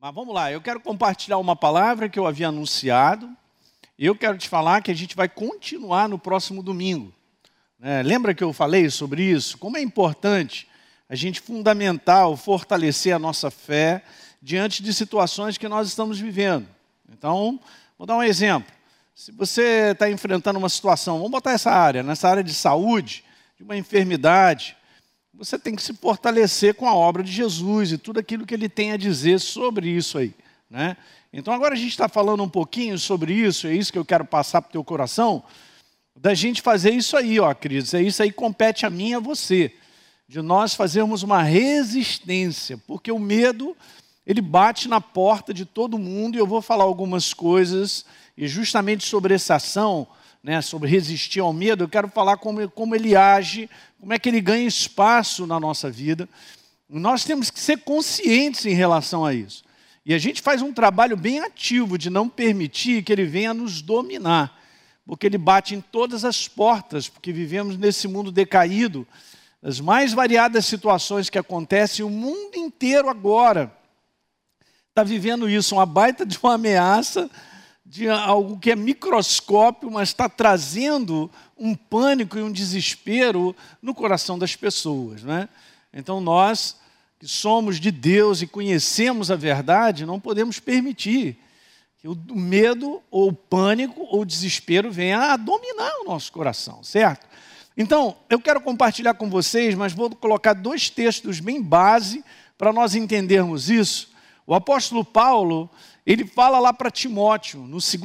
Mas vamos lá, eu quero compartilhar uma palavra que eu havia anunciado. E eu quero te falar que a gente vai continuar no próximo domingo. Lembra que eu falei sobre isso? Como é importante a gente fundamentar ou fortalecer a nossa fé diante de situações que nós estamos vivendo. Então, vou dar um exemplo. Se você está enfrentando uma situação, vamos botar nessa área de saúde, de uma enfermidade, você tem que se fortalecer com a obra de Jesus e tudo aquilo que Ele tem a dizer sobre isso aí, né? Então agora a gente está falando um pouquinho sobre isso, é isso que eu quero passar para o teu coração, da gente fazer isso aí, ó, queridos, isso aí compete a mim e a você, de nós fazermos uma resistência, porque o medo, ele bate na porta de todo mundo, e eu vou falar algumas coisas, e justamente sobre essa ação, sobre resistir ao medo, eu quero falar como ele age, como é que ele ganha espaço na nossa vida. Nós temos que ser conscientes em relação a isso. E a gente faz um trabalho bem ativo de não permitir que ele venha nos dominar, porque ele bate em todas as portas, porque vivemos nesse mundo decaído, as mais variadas situações que acontecem, o mundo inteiro agora está vivendo isso, uma baita de uma ameaça, de algo que é microscópio, mas está trazendo um pânico e um desespero no coração das pessoas, né? Então nós, que somos de Deus e conhecemos a verdade, não podemos permitir que o medo, ou o pânico, ou o desespero venha a dominar o nosso coração, certo? Então, eu quero compartilhar com vocês, mas vou colocar 2 textos bem base para nós entendermos isso. O apóstolo Paulo, ele fala lá para Timóteo, no 2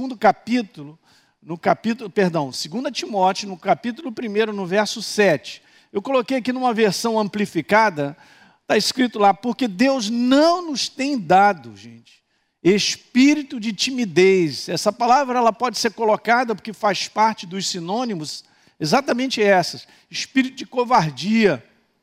Timóteo, no capítulo 1, no verso 7. Eu coloquei aqui numa versão amplificada, está escrito lá, porque Deus não nos tem dado, gente, espírito de timidez. Essa palavra ela pode ser colocada, porque faz parte dos sinônimos, exatamente essas. Espírito de covardia,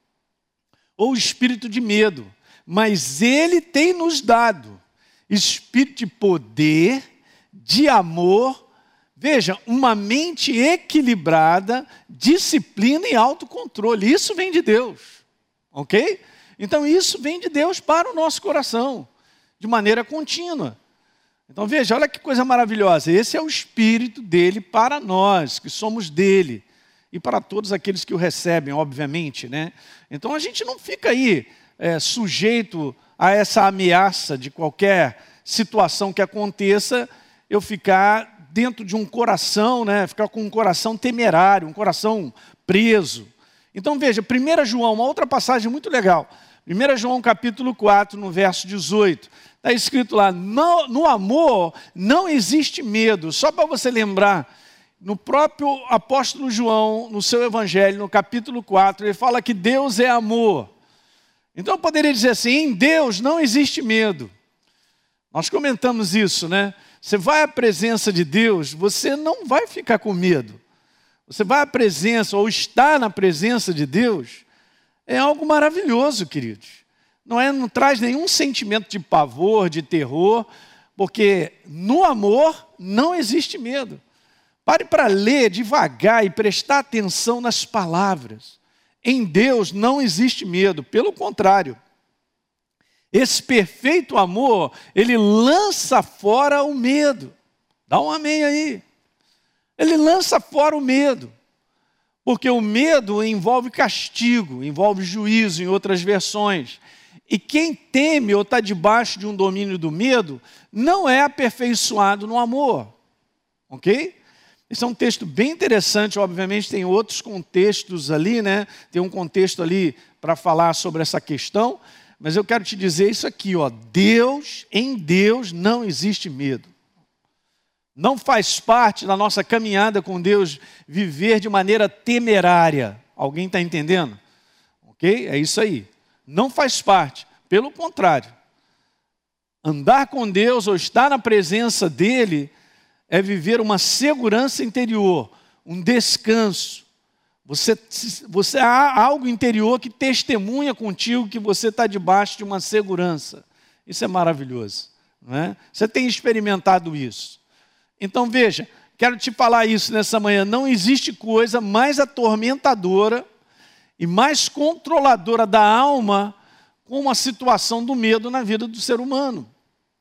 ou espírito de medo. Mas Ele tem nos dado espírito de poder, de amor, veja, uma mente equilibrada, disciplina e autocontrole. Isso vem de Deus, ok? Então isso vem de Deus para o nosso coração, de maneira contínua. Então veja, olha que coisa maravilhosa. Esse é o Espírito dele para nós, que somos dele. E para todos aqueles que o recebem, obviamente, né? Então a gente não fica aí sujeito a essa ameaça de qualquer situação que aconteça, eu ficar dentro de um coração, ficar com um coração temerário, um coração preso. Então veja, 1 João, uma outra passagem muito legal. 1 João capítulo 4, no verso 18. Está escrito lá, no amor não existe medo. Só para você lembrar, no próprio apóstolo João, no seu evangelho, no capítulo 4, ele fala que Deus é amor. Então eu poderia dizer assim, em Deus não existe medo. Nós comentamos isso, né? Você vai à presença de Deus, você não vai ficar com medo. Você vai à presença, ou está na presença de Deus, é algo maravilhoso, queridos. Não traz nenhum sentimento de pavor, de terror, porque no amor não existe medo. Pare para ler devagar e prestar atenção nas palavras. Em Deus não existe medo, pelo contrário. Esse perfeito amor, ele lança fora o medo. Dá um amém aí. Ele lança fora o medo. Porque o medo envolve castigo, envolve juízo, em outras versões. E quem teme ou está debaixo de um domínio do medo, não é aperfeiçoado no amor. Ok? Esse é um texto bem interessante, obviamente tem outros contextos ali, né? Tem um contexto ali para falar sobre essa questão, mas eu quero te dizer isso aqui, ó. Em Deus não existe medo. Não faz parte da nossa caminhada com Deus viver de maneira temerária. Alguém está entendendo? Ok? É isso aí. Não faz parte. Pelo contrário. Andar com Deus ou estar na presença dEle é viver uma segurança interior, um descanso. Você há algo interior que testemunha contigo que você está debaixo de uma segurança. Isso é maravilhoso, não é? Você tem experimentado isso. Então veja, quero te falar isso nessa manhã. Não existe coisa mais atormentadora e mais controladora da alma como a situação do medo na vida do ser humano.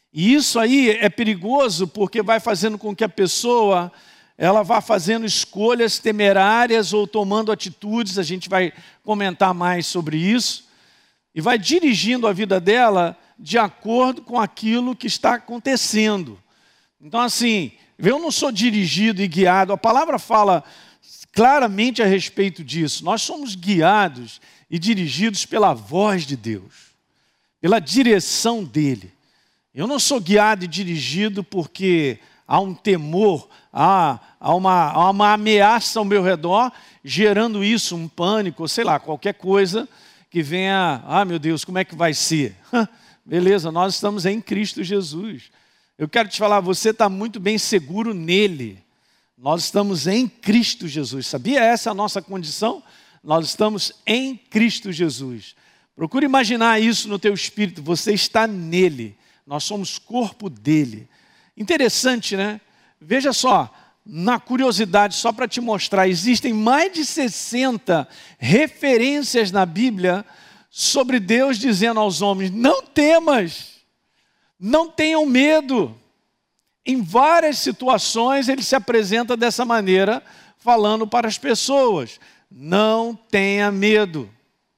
E isso aí é perigoso porque vai fazendo com que a pessoa ela vá fazendo escolhas temerárias ou tomando atitudes, a gente vai comentar mais sobre isso, e vai dirigindo a vida dela de acordo com aquilo que está acontecendo. Então assim, eu não sou dirigido e guiado, a palavra fala claramente a respeito disso. Nós somos guiados e dirigidos pela voz de Deus, pela direção dele. Eu não sou guiado e dirigido porque há um temor, há uma ameaça ao meu redor, gerando isso, um pânico, sei lá, qualquer coisa que venha, meu Deus, como é que vai ser? Beleza, nós estamos em Cristo Jesus. Eu quero te falar, você está muito bem seguro nele. Nós estamos em Cristo Jesus. Sabia essa é a nossa condição? Nós estamos em Cristo Jesus. Procure imaginar isso no teu espírito. Você está nele. Nós somos corpo dele. Interessante, né? Veja só, na curiosidade, só para te mostrar, existem mais de 60 referências na Bíblia sobre Deus dizendo aos homens, não temas, não tenham medo. Em várias situações ele se apresenta dessa maneira, falando para as pessoas, não tenha medo.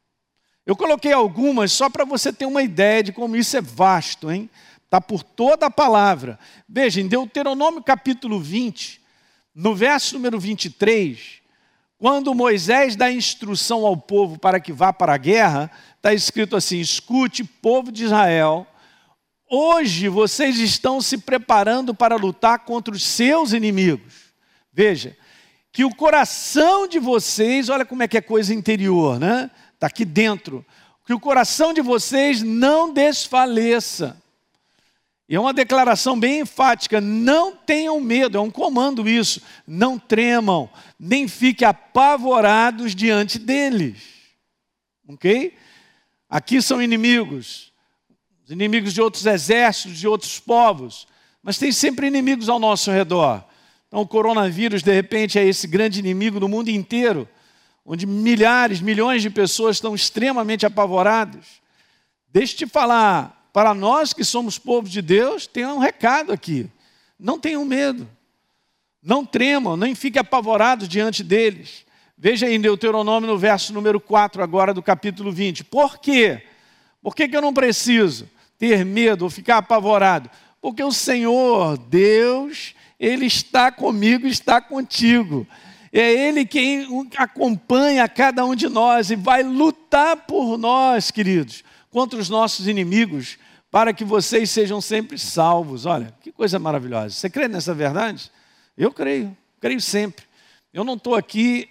Eu coloquei algumas só para você ter uma ideia de como isso é vasto, hein? Está por toda a palavra. Veja, em Deuteronômio capítulo 20, no verso número 23, quando Moisés dá instrução ao povo para que vá para a guerra, está escrito assim, escute, povo de Israel, hoje vocês estão se preparando para lutar contra os seus inimigos. Veja, que o coração de vocês, olha como é que é coisa interior, né? Está aqui dentro. Que o coração de vocês não desfaleça. E é uma declaração bem enfática, não tenham medo, é um comando isso. Não tremam, nem fiquem apavorados diante deles. Ok? Aqui são inimigos. Os inimigos de outros exércitos, de outros povos. Mas tem sempre inimigos ao nosso redor. Então o coronavírus, de repente, é esse grande inimigo do mundo inteiro, onde milhares, milhões de pessoas estão extremamente apavoradas. Deixa eu te falar, para nós que somos povo de Deus, tem um recado aqui. Não tenham medo. Não tremam, nem fiquem apavorados diante deles. Veja aí em Deuteronômio, no verso número 4, agora do capítulo 20. Por quê? Por que eu não preciso ter medo ou ficar apavorado? Porque o Senhor, Deus, Ele está comigo, está contigo. É Ele quem acompanha cada um de nós e vai lutar por nós, queridos, contra os nossos inimigos, para que vocês sejam sempre salvos. Olha, que coisa maravilhosa. Você crê nessa verdade? Eu creio sempre. Eu não estou aqui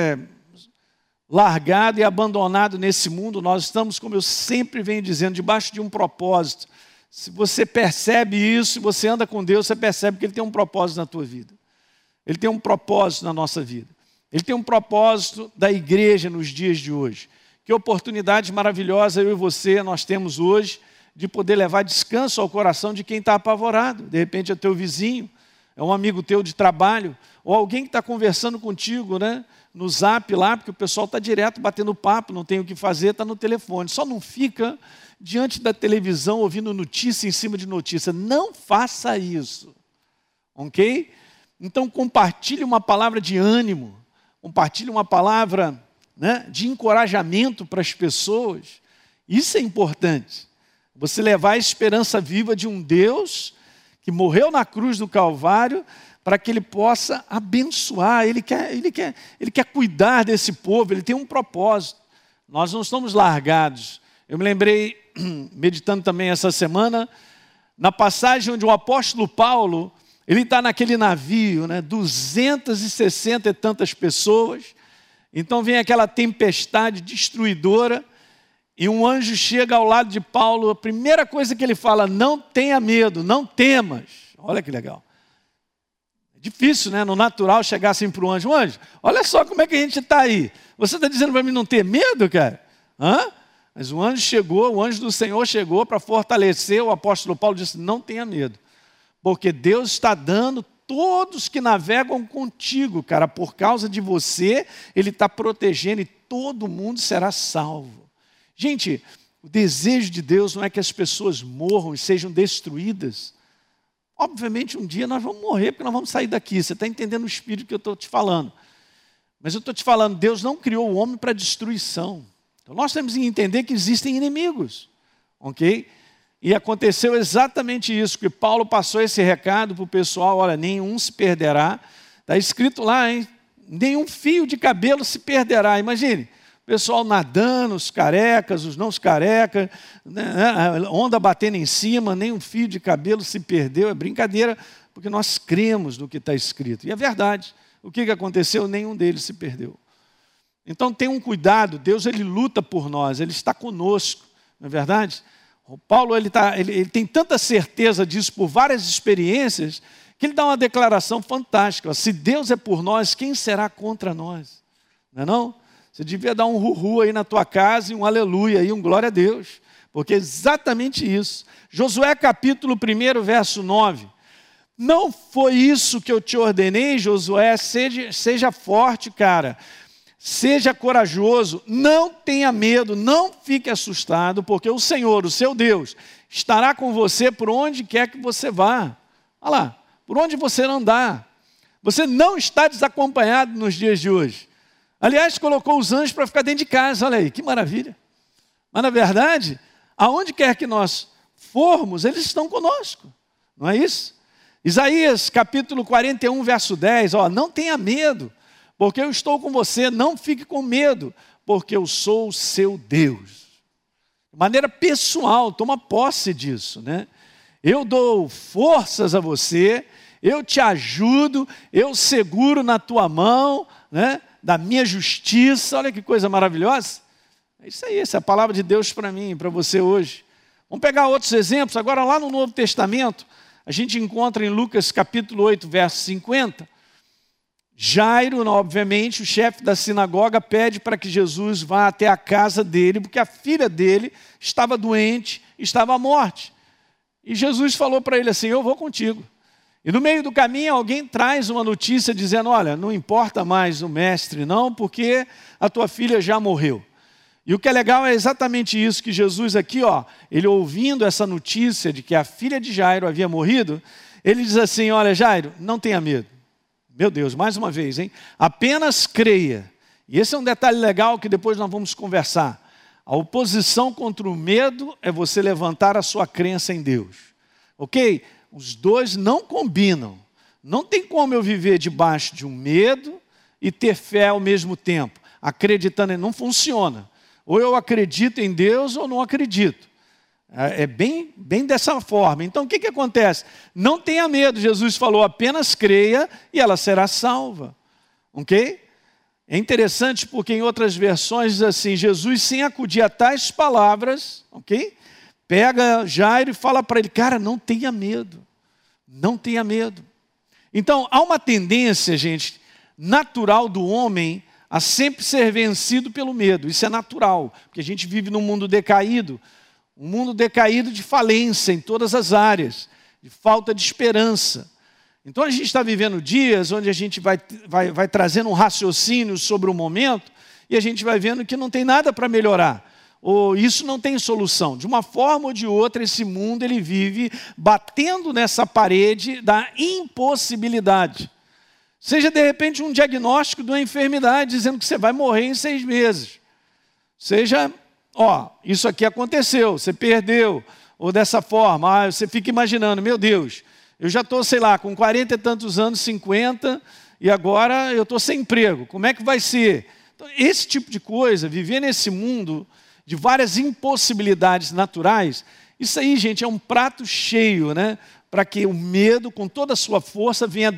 largado e abandonado nesse mundo. Nós estamos, como eu sempre venho dizendo, debaixo de um propósito. Se você percebe isso, se você anda com Deus, você percebe que Ele tem um propósito na tua vida. Ele tem um propósito na nossa vida. Ele tem um propósito da igreja nos dias de hoje. Que oportunidade maravilhosa eu e você nós temos hoje de poder levar descanso ao coração de quem está apavorado. De repente é teu vizinho, é um amigo teu de trabalho, ou alguém que está conversando contigo, né, no zap lá, porque o pessoal está direto batendo papo, não tem o que fazer, está no telefone. Só não fica diante da televisão ouvindo notícia em cima de notícia. Não faça isso, ok? Então compartilhe uma palavra de ânimo, compartilhe uma palavra, né, de encorajamento para as pessoas. Isso é importante. Você levar a esperança viva de um Deus que morreu na cruz do Calvário para que Ele possa abençoar. Ele quer cuidar desse povo, Ele tem um propósito. Nós não estamos largados. Eu me lembrei, meditando também essa semana, na passagem onde o apóstolo Paulo, ele está naquele navio, né, 260 e tantas pessoas. Então vem aquela tempestade destruidora e um anjo chega ao lado de Paulo. A primeira coisa que ele fala, não tenha medo, não temas. Olha que legal. É difícil, né? No natural chegar assim para o anjo. Anjo, olha só como é que a gente está aí. Você está dizendo para mim não ter medo, cara? Hã? Mas o anjo chegou, o anjo do Senhor chegou para fortalecer o apóstolo Paulo. Disse, não tenha medo, porque Deus está dando todos que navegam contigo, cara, por causa de você, Ele está protegendo e todo mundo será salvo. Gente, O desejo de Deus não é que as pessoas morram e sejam destruídas. Obviamente, um dia nós vamos morrer, porque nós vamos sair daqui. Você está entendendo o espírito que eu estou te falando. Mas eu estou te falando, Deus não criou o homem para destruição. Então, nós temos que entender que existem inimigos. Ok? E aconteceu exatamente isso, que Paulo passou esse recado para o pessoal, olha, nenhum se perderá. Está escrito lá, hein? Nenhum fio de cabelo se perderá. Imagine, o pessoal nadando, os carecas, os não carecas, né? Onda batendo em cima, nenhum fio de cabelo se perdeu. É brincadeira, porque nós cremos no que está escrito. E é verdade. O que aconteceu? Nenhum deles se perdeu. Então tenha um cuidado, Deus ele luta por nós, Ele está conosco, não é verdade? O Paulo ele tem tanta certeza disso por várias experiências, que ele dá uma declaração fantástica. Se Deus é por nós, quem será contra nós? Não é não? Você devia dar um ru-ru aí na tua casa e um aleluia e um glória a Deus. Porque é exatamente isso. Josué capítulo 1, verso 9. Não foi isso que eu te ordenei, Josué? Seja forte, cara. Seja corajoso, não tenha medo, não fique assustado, porque o Senhor, o seu Deus, estará com você por onde quer que você vá. Olha lá. Por onde você andar. Você não está desacompanhado nos dias de hoje. Aliás, colocou os anjos para ficar dentro de casa, olha aí, que maravilha. Mas na verdade, aonde quer que nós formos, eles estão conosco. Não é isso? Isaías capítulo 41, verso 10, ó, não tenha medo, porque eu estou com você, não fique com medo, porque eu sou o seu Deus. De maneira pessoal, toma posse disso, né? Eu dou forças a você, eu te ajudo, eu seguro na tua mão, né, da minha justiça. Olha que coisa maravilhosa. É isso aí, essa é a palavra de Deus para mim e para você hoje. Vamos pegar outros exemplos. Agora lá no Novo Testamento, a gente encontra em Lucas capítulo 8, verso 50. Jairo, obviamente, o chefe da sinagoga, pede para que Jesus vá até a casa dele, porque a filha dele estava doente, estava à morte. E Jesus falou para ele assim, eu vou contigo. E no meio do caminho alguém traz uma notícia dizendo, olha, não importa mais o mestre não, porque a tua filha já morreu. E o que é legal é exatamente isso, que Jesus aqui, ó, ele ouvindo essa notícia de que a filha de Jairo havia morrido, ele diz assim, olha Jairo, não tenha medo. Meu Deus, mais uma vez, hein? Apenas creia. E esse é um detalhe legal que depois nós vamos conversar. A oposição contra o medo é você levantar a sua crença em Deus. Ok? Os dois não combinam. Não tem como eu viver debaixo de um medo e ter fé ao mesmo tempo. Acreditando em... Não funciona. Ou eu acredito em Deus ou não acredito. É bem dessa forma. Então o que acontece? Não tenha medo. Jesus falou, apenas creia e ela será salva. Ok? É interessante porque em outras versões diz assim, Jesus sem acudir a tais palavras, ok? Pega Jairo e fala para ele, cara, não tenha medo, não tenha medo. Então, há uma tendência, gente, natural do homem a sempre ser vencido pelo medo. Isso é natural, porque a gente vive num mundo decaído, um mundo decaído de falência em todas as áreas, de falta de esperança. Então a gente está vivendo dias onde a gente vai trazendo um raciocínio sobre o momento e a gente vai vendo que não tem nada para melhorar. Ou isso não tem solução. De uma forma ou de outra, esse mundo ele vive batendo nessa parede da impossibilidade. Seja de repente um diagnóstico de uma enfermidade dizendo que você vai morrer em 6 meses. Seja, ó, isso aqui aconteceu, você perdeu. Ou dessa forma, você fica imaginando, meu Deus, eu já estou, sei lá, com 40 e tantos anos, 50, e agora eu estou sem emprego. Como é que vai ser? Então, esse tipo de coisa, viver nesse mundo de várias impossibilidades naturais, isso aí, gente, é um prato cheio, né? Para que o medo, com toda a sua força, venha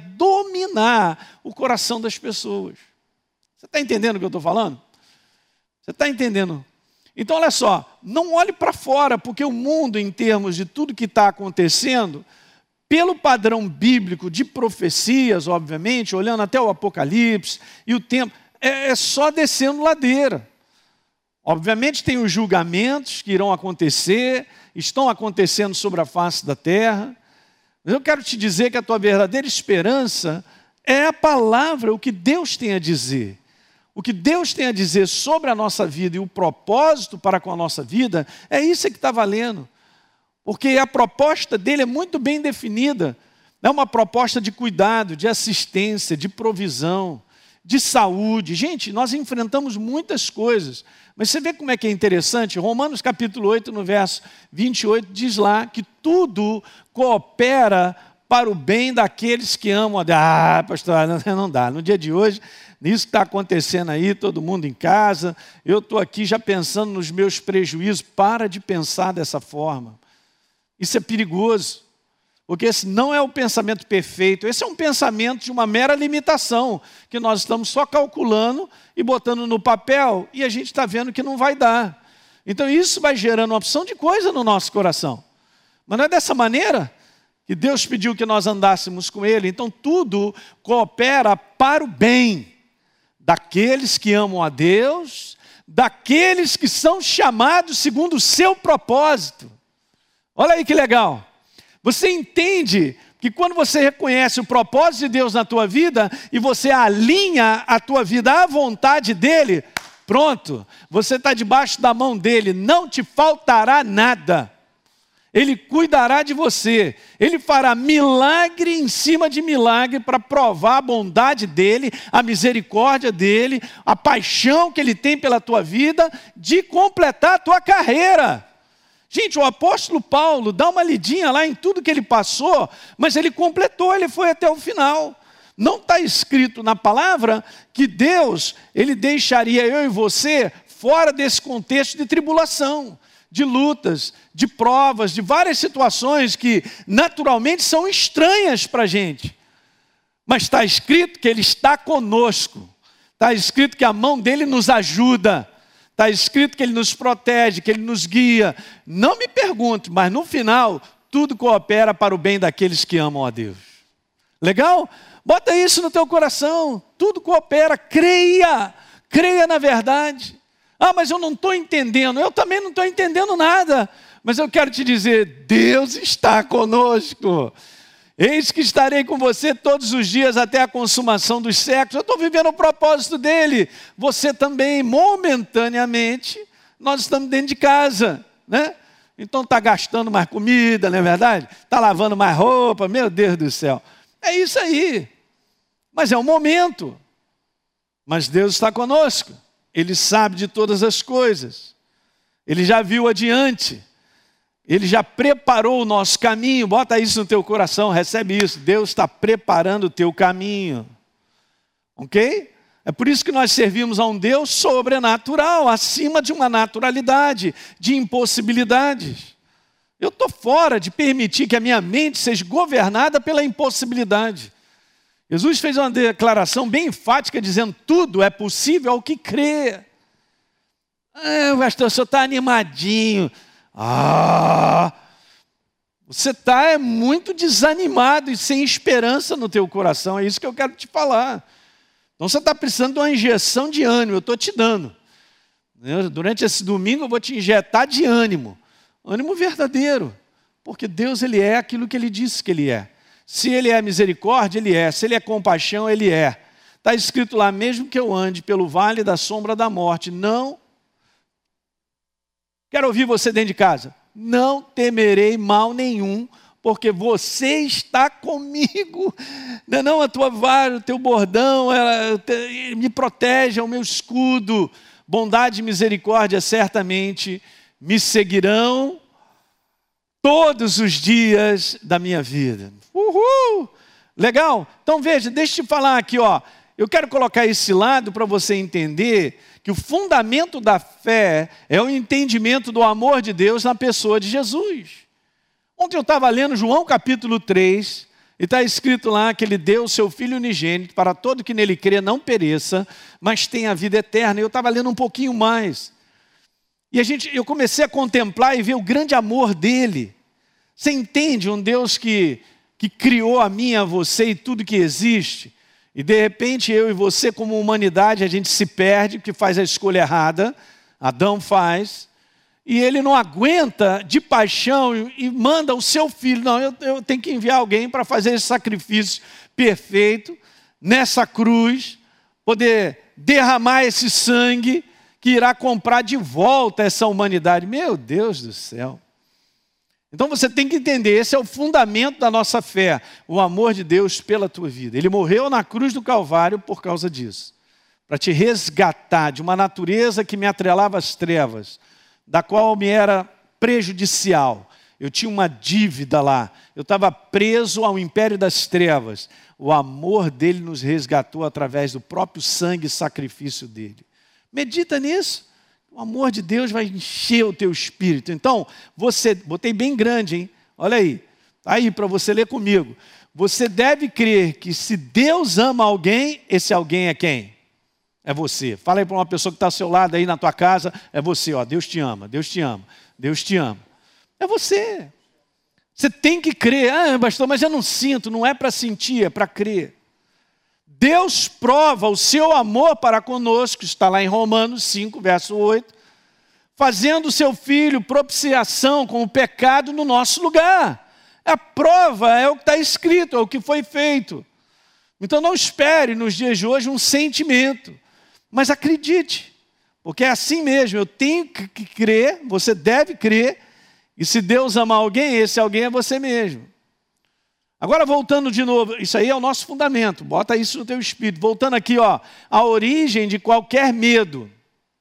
dominar o coração das pessoas. Você está entendendo o que eu estou falando? Você está entendendo? Então, olha só, não olhe para fora, porque o mundo, em termos de tudo que está acontecendo, pelo padrão bíblico de profecias, obviamente, olhando até o Apocalipse e o tempo, é só descendo ladeira. Obviamente tem os julgamentos que irão acontecer, estão acontecendo sobre a face da terra. Mas eu quero te dizer que a tua verdadeira esperança é a palavra, o que Deus tem a dizer. o que Deus tem a dizer sobre a nossa vida e o propósito para com a nossa vida, é isso que está valendo. Porque a proposta dele é muito bem definida. É uma proposta de cuidado, de assistência, de provisão, de saúde. Gente, nós enfrentamos muitas coisas. Mas você vê como é que é interessante? Romanos capítulo 8, no verso 28, diz lá que tudo coopera para o bem daqueles que amam a Deus. Ah, pastor, não dá. No dia de hoje, isso que está acontecendo aí, todo mundo em casa, eu estou aqui já pensando nos meus prejuízos. Para de pensar dessa forma. Isso é perigoso, porque esse não é o pensamento perfeito. Esse é um pensamento de uma mera limitação, que nós estamos só calculando e botando no papel, e a gente está vendo que não vai dar. Então isso vai gerando uma opção de coisa no nosso coração. Mas não é dessa maneira que Deus pediu que nós andássemos com Ele. Então tudo coopera para o bem daqueles que amam a Deus, daqueles que são chamados segundo o seu propósito. Olha aí que legal. Você entende que quando você reconhece o propósito de Deus na tua vida e você alinha a tua vida à vontade dEle, pronto, você está debaixo da mão dEle, não te faltará nada. Ele cuidará de você, Ele fará milagre em cima de milagre para provar a bondade dEle, a misericórdia dEle, a paixão que Ele tem pela tua vida, de completar a tua carreira. Gente, o apóstolo Paulo, dá uma lidinha lá em tudo que ele passou, mas ele completou, ele foi até o final. Não está escrito na palavra que Deus, Ele deixaria eu e você fora desse contexto de tribulação, de lutas, de provas, de várias situações que naturalmente são estranhas para a gente. Mas está escrito que Ele está conosco, está escrito que a mão dEle nos ajuda, está escrito que Ele nos protege, que Ele nos guia. Não me pergunte, mas no final, tudo coopera para o bem daqueles que amam a Deus. Legal? Bota isso no teu coração. Tudo coopera. Creia na verdade. Ah, mas eu não estou entendendo. Eu também não estou entendendo nada. Mas eu quero te dizer, Deus está conosco. Eis que estarei com você todos os dias até a consumação dos séculos. Eu estou vivendo o propósito dEle. Você também, momentaneamente, nós estamos dentro de casa, né? Então está gastando mais comida, não é verdade? Está lavando mais roupa, meu Deus do céu. É isso aí. Mas é um momento. Mas Deus está conosco. Ele sabe de todas as coisas. Ele já viu adiante. Ele já preparou o nosso caminho. Bota isso no teu coração, recebe isso. Deus está preparando o teu caminho. Ok? É por isso que nós servimos a um Deus sobrenatural, acima de uma naturalidade, de impossibilidades. Eu estou fora de permitir que a minha mente seja governada pela impossibilidade. Jesus fez uma declaração bem enfática, dizendo, tudo é possível ao que crê. Pastor, o senhor está animadinho. Você está muito desanimado e sem esperança no teu coração. É isso que eu quero te falar. Então você está precisando de uma injeção de ânimo. Eu estou te dando. Durante esse domingo eu vou te injetar de ânimo. Ânimo verdadeiro. Porque Deus, Ele é aquilo que Ele disse que Ele é. Se Ele é misericórdia, Ele é. Se Ele é compaixão, Ele é. Está escrito lá, mesmo que eu ande pelo vale da sombra da morte, não... Quero ouvir você dentro de casa. Não temerei mal nenhum, porque você está comigo. Não, a tua vara, o teu bordão, me protege, é o meu escudo. Bondade e misericórdia certamente me seguirão todos os dias da minha vida. Uhul! Legal? Então veja, deixa eu te falar aqui, ó. Eu quero colocar esse lado para você entender que o fundamento da fé é o entendimento do amor de Deus na pessoa de Jesus. Ontem eu estava lendo João capítulo 3, e está escrito lá que Ele deu o seu Filho unigênito para todo que nele crê não pereça, mas tenha a vida eterna. Eu estava lendo um pouquinho mais. E eu comecei a contemplar e ver o grande amor dEle. Você entende um Deus que criou a mim, a você e tudo que existe? E de repente eu e você como humanidade a gente se perde porque faz a escolha errada, Adão faz, e ele não aguenta de paixão e manda o seu filho, não, eu tenho que enviar alguém para fazer esse sacrifício perfeito nessa cruz, poder derramar esse sangue que irá comprar de volta essa humanidade. Meu Deus do céu. Então você tem que entender, esse é o fundamento da nossa fé, o amor de Deus pela tua vida. Ele morreu na cruz do Calvário por causa disso, para te resgatar de uma natureza que me atrelava às trevas, da qual me era prejudicial. Eu tinha uma dívida lá, eu estava preso ao império das trevas. O amor dele nos resgatou através do próprio sangue e sacrifício dele. Medita nisso. O amor de Deus vai encher o teu espírito. Então, você, botei bem grande, hein? Olha aí, está aí para você ler comigo. Você deve crer que se Deus ama alguém, esse alguém é quem? É você. Fala aí para uma pessoa que está ao seu lado aí na tua casa, é você, ó, Deus te ama, Deus te ama, Deus te ama. É você. Você tem que crer. Ah, pastor, mas eu não sinto, não é para sentir, é para crer. Deus prova o seu amor para conosco, está lá em Romanos 5, verso 8, fazendo o seu Filho propiciação com o pecado no nosso lugar. A prova é o que está escrito, é o que foi feito. Então não espere nos dias de hoje um sentimento, mas acredite, porque é assim mesmo, eu tenho que crer, você deve crer, e se Deus ama alguém, esse alguém é você mesmo. Agora voltando de novo, isso aí é o nosso fundamento, bota isso no teu espírito. Voltando aqui, ó, a origem de qualquer medo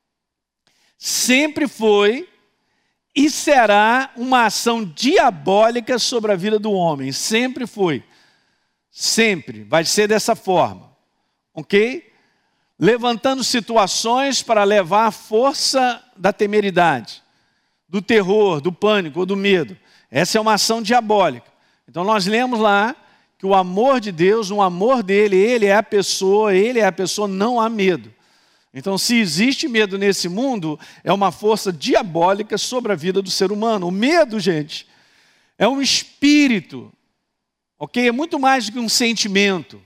sempre foi e será uma ação diabólica sobre a vida do homem. Sempre foi. Sempre. Vai ser dessa forma. Ok? Levantando situações para levar a força da temeridade, do terror, do pânico ou do medo. Essa é uma ação diabólica. Então nós lemos lá que o amor de Deus, o amor dele, ele é a pessoa, não há medo. Então se existe medo nesse mundo, é uma força diabólica sobre a vida do ser humano. O medo, gente, é um espírito, ok? É muito mais do que um sentimento.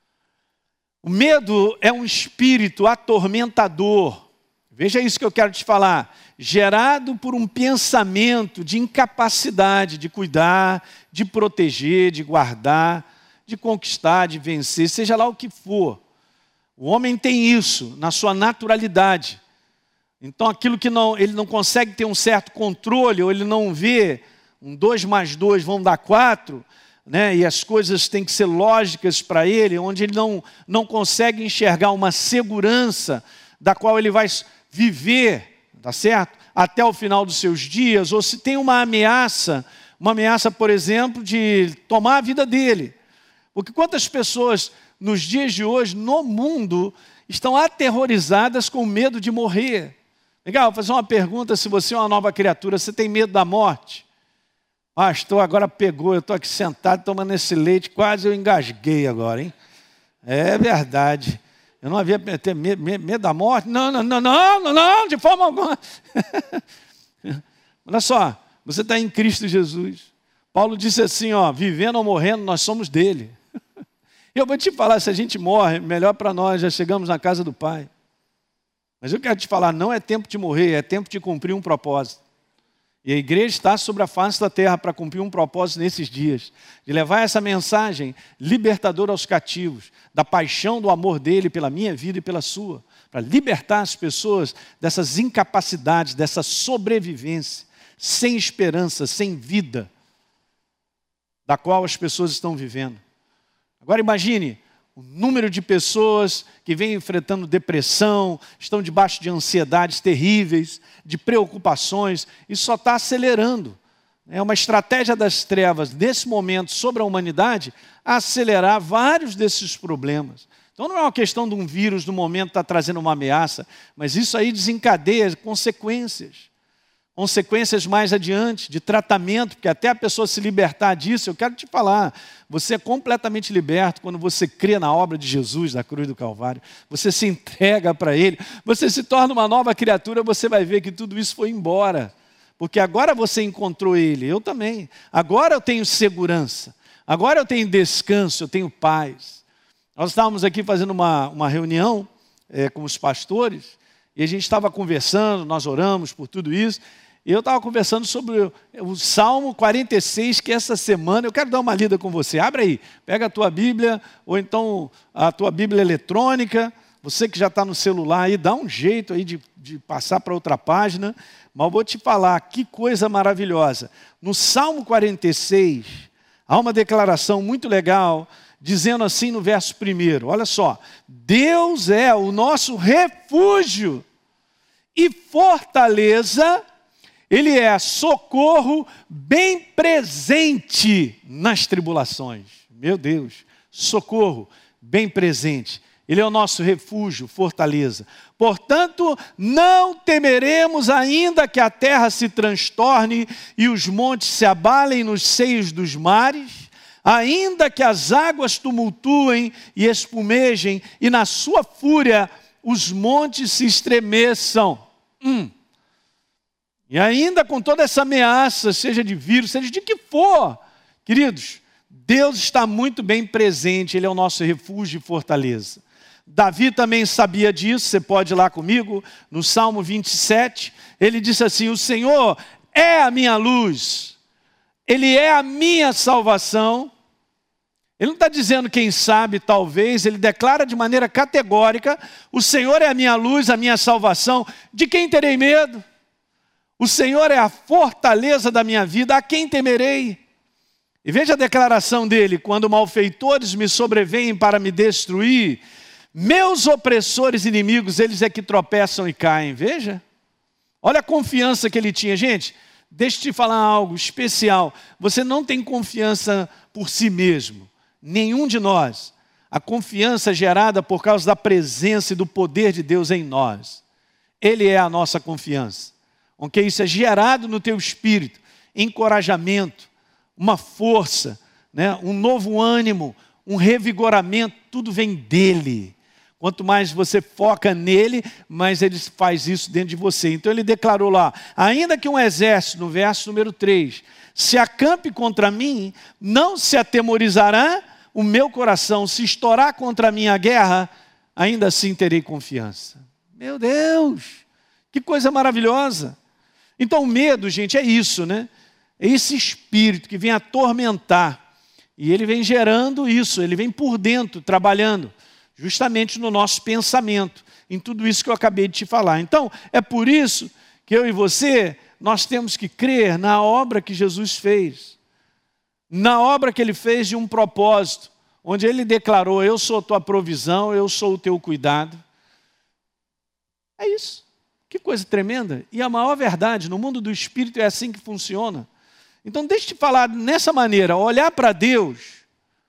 O medo é um espírito atormentador. Veja isso que eu quero te falar. Gerado por um pensamento de incapacidade de cuidar, de proteger, de guardar, de conquistar, de vencer, seja lá o que for. O homem tem isso na sua naturalidade. Então aquilo que ele não consegue ter um certo controle, ou ele não vê, 2 mais 2 vão dar 4, né? E as coisas têm que ser lógicas para ele, onde ele não consegue enxergar uma segurança da qual ele vai viver, tá certo? Até o final dos seus dias, ou se tem uma ameaça, por exemplo, de tomar a vida dele. Porque quantas pessoas nos dias de hoje, no mundo, estão aterrorizadas com medo de morrer? Legal, vou fazer uma pergunta, se você é uma nova criatura, você tem medo da morte? Pastor, agora pegou, eu estou aqui sentado tomando esse leite, quase eu engasguei agora, hein? É verdade. Eu não havia ter medo da morte? Não, de forma alguma. Olha só, você está em Cristo Jesus. Paulo disse assim, ó, vivendo ou morrendo, nós somos dele. Eu vou te falar, se a gente morre, melhor para nós, já chegamos na casa do Pai. Mas eu quero te falar, não é tempo de morrer, é tempo de cumprir um propósito. E a igreja está sobre a face da terra para cumprir um propósito nesses dias, de levar essa mensagem libertadora aos cativos, da paixão do amor dele pela minha vida e pela sua, para libertar as pessoas dessas incapacidades, dessa sobrevivência, sem esperança, sem vida, da qual as pessoas estão vivendo. Agora imagine o número de pessoas que vêm enfrentando depressão, estão debaixo de ansiedades terríveis, de preocupações, isso só está acelerando. É uma estratégia das trevas, nesse momento, sobre a humanidade, acelerar vários desses problemas. Então não é uma questão de um vírus, no momento está trazendo uma ameaça, mas isso aí desencadeia consequências. Consequências mais adiante, de tratamento, porque até a pessoa se libertar disso, eu quero te falar, você é completamente liberto quando você crê na obra de Jesus, na cruz do Calvário, você se entrega para Ele, você se torna uma nova criatura, você vai ver que tudo isso foi embora, porque agora você encontrou Ele, eu também, agora eu tenho segurança, agora eu tenho descanso, eu tenho paz. Nós estávamos aqui fazendo uma reunião com os pastores, e a gente estava conversando, nós oramos por tudo isso, e eu estava conversando sobre o Salmo 46, que essa semana, eu quero dar uma lida com você. Abre aí, pega a tua Bíblia, ou então a tua Bíblia eletrônica, Você que já está no celular aí, dá um jeito aí de passar para outra página. Mas eu vou te falar, que coisa maravilhosa. No Salmo 46, há uma declaração muito legal, dizendo assim no verso 1, olha só. Deus é o nosso refúgio e fortaleza, Ele é socorro bem presente nas tribulações. Meu Deus, socorro bem presente. Ele é o nosso refúgio, fortaleza. Portanto, não temeremos ainda que a terra se transtorne e os montes se abalem nos seios dos mares, ainda que as águas tumultuem e espumejem e na sua fúria os montes se estremeçam. E ainda com toda essa ameaça, seja de vírus, seja de que for, queridos, Deus está muito bem presente, Ele é o nosso refúgio e fortaleza. Davi também sabia disso, você pode ir lá comigo, no Salmo 27, ele disse assim, o Senhor é a minha luz, Ele é a minha salvação. Ele não está dizendo quem sabe, talvez, ele declara de maneira categórica, o Senhor é a minha luz, a minha salvação, de quem terei medo? O Senhor é a fortaleza da minha vida, a quem temerei? E veja a declaração dele, quando malfeitores me sobrevêm para me destruir, meus opressores inimigos, eles é que tropeçam e caem. Veja, olha a confiança que ele tinha. Gente, deixa eu te falar algo especial. Você não tem confiança por si mesmo, nenhum de nós. A confiança é gerada por causa da presença e do poder de Deus em nós. Ele é a nossa confiança. Ok? Isso é gerado no teu espírito, encorajamento, uma força, né? Um novo ânimo, um revigoramento, tudo vem dele. Quanto mais você foca nele, mais ele faz isso dentro de você. Então ele declarou lá, ainda que um exército, no verso número 3, se acampe contra mim, não se atemorizará o meu coração. Se estourar contra mim a guerra, ainda assim terei confiança. Meu Deus, que coisa maravilhosa. Então o medo, gente, é isso, né? É esse espírito que vem atormentar. E ele vem gerando isso, ele vem por dentro, trabalhando. Justamente no nosso pensamento, em tudo isso que eu acabei de te falar. Então, é por isso que eu e você, nós temos que crer na obra que Jesus fez. Na obra que Ele fez de um propósito, onde Ele declarou, eu sou a tua provisão, eu sou o teu cuidado. É isso. Que coisa tremenda. E a maior verdade, no mundo do Espírito é assim que funciona. Então, deixa eu te falar nessa maneira, olhar para Deus